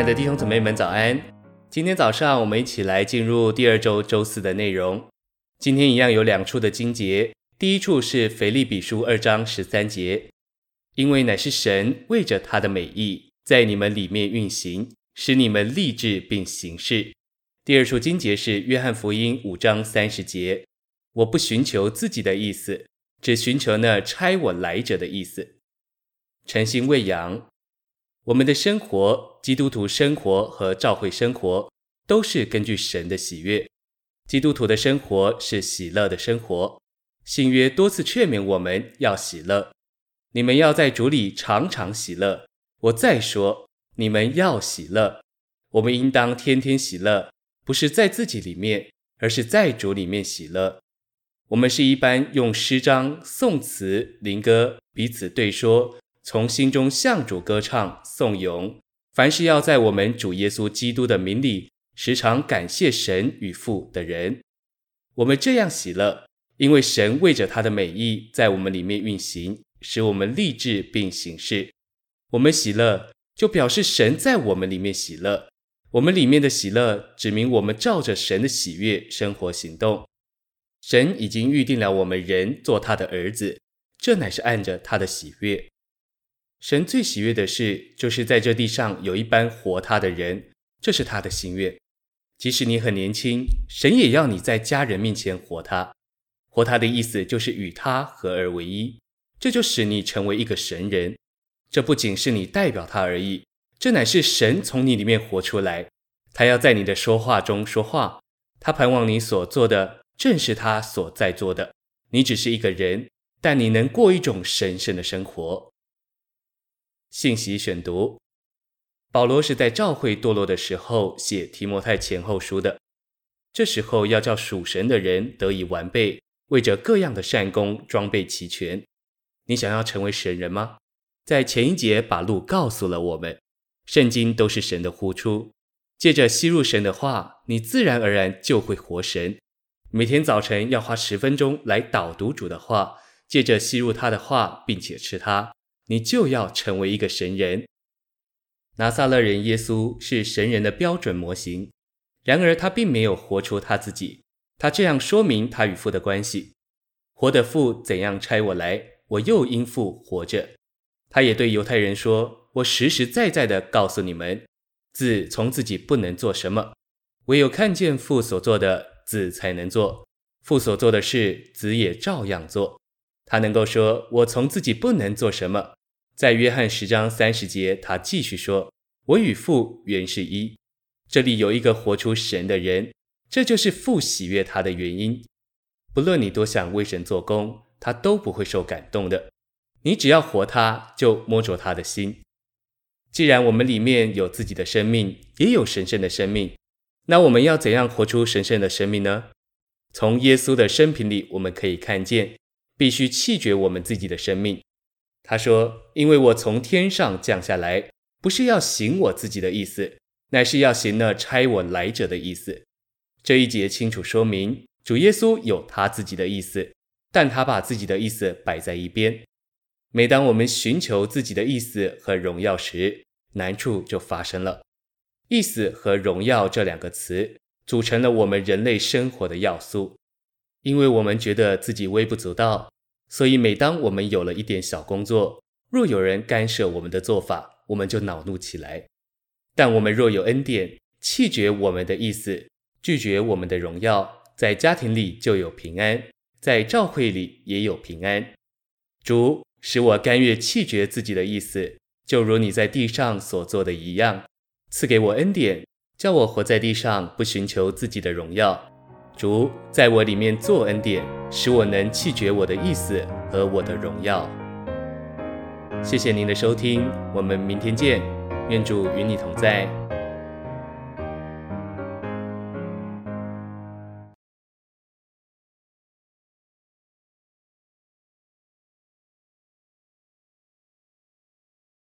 爱的弟兄姊妹们早安，今天早上我们一起来进入第二周周四的内容。今天一样有2处的经节，第一处是腓立比书2章13节，因为乃是神为着他的美意在你们里面运行，使你们立志并行事。第二处经节是约翰福音5章30节，我不寻求自己的意思，只寻求那差我来者的意思。诚心喂养，我们的生活，基督徒生活和教会生活都是根据神的喜悦。基督徒的生活是喜乐的生活，新约多次劝勉我们要喜乐，你们要在主里常常喜乐。我再说，你们要喜乐。我们应当天天喜乐，不是在自己里面，而是在主里面喜乐。我们是一般用诗章、颂词、灵歌彼此对说，从心中向主歌唱颂咏，凡是要在我们主耶稣基督的名里时常感谢神与父的人。我们这样喜乐，因为神为着他的美意在我们里面运行，使我们立志并行事。我们喜乐，就表示神在我们里面喜乐。我们里面的喜乐，指明我们照着神的喜悦生活行动。神已经预定了我们人做他的儿子，这乃是按着他的喜悦。神最喜悦的事，就是在这地上有一班活他的人，这是他的心愿。即使你很年轻，神也要你在家人面前活他。活他的意思就是与他合而为一，这就使你成为一个神人。这不仅是你代表他而已，这乃是神从你里面活出来。他要在你的说话中说话，他盼望你所做的正是他所在做的。你只是一个人，但你能过一种神圣的生活。信息选读，保罗是在教会堕落的时候写提摩太前后书的。这时候要叫属神的人得以完备，为着各样的善功装备齐全。你想要成为神人吗？在前一节把路告诉了我们，圣经都是神的呼出，借着吸入神的话，你自然而然就会活神。每天早晨要花10分钟来导读主的话，借着吸入他的话并且吃它，你就要成为一个神人。拿撒勒人耶稣是神人的标准模型，然而他并没有活出他自己，他这样说明他与父的关系。活的父怎样差我来，我又因父活着。他也对犹太人说，我实实在在地告诉你们，子从自己不能做什么，唯有看见父所做的，子才能做。父所做的事，子也照样做。他能够说，我从自己不能做什么。在约翰10章30节，他继续说，我与父原是一。这里有一个活出神的人，这就是父喜悦他的原因。不论你多想为神做工，他都不会受感动的。你只要活他，就摸着他的心。既然我们里面有自己的生命，也有神圣的生命，那我们要怎样活出神圣的生命呢？从耶稣的生平里我们可以看见，必须弃绝我们自己的生命。他说，因为我从天上降下来，不是要行我自己的意思，乃是要行那差我来者的意思。这一节清楚说明，主耶稣有他自己的意思，但他把自己的意思摆在一边。每当我们寻求自己的意思和荣耀时，难处就发生了。意思和荣耀这2个词组成了我们人类生活的要素。因为我们觉得自己微不足道，所以每当我们有了一点小工作，若有人干涉我们的做法，我们就恼怒起来。但我们若有恩典，弃绝我们的意思，拒绝我们的荣耀，在家庭里就有平安，在教会里也有平安。主使我甘愿弃绝自己的意思，就如你在地上所做的一样，赐给我恩典，叫我活在地上，不寻求自己的荣耀。主在我里面做恩典，使我能弃绝我的意思和我的荣耀。谢谢您的收听，我们明天见，愿主与你同在。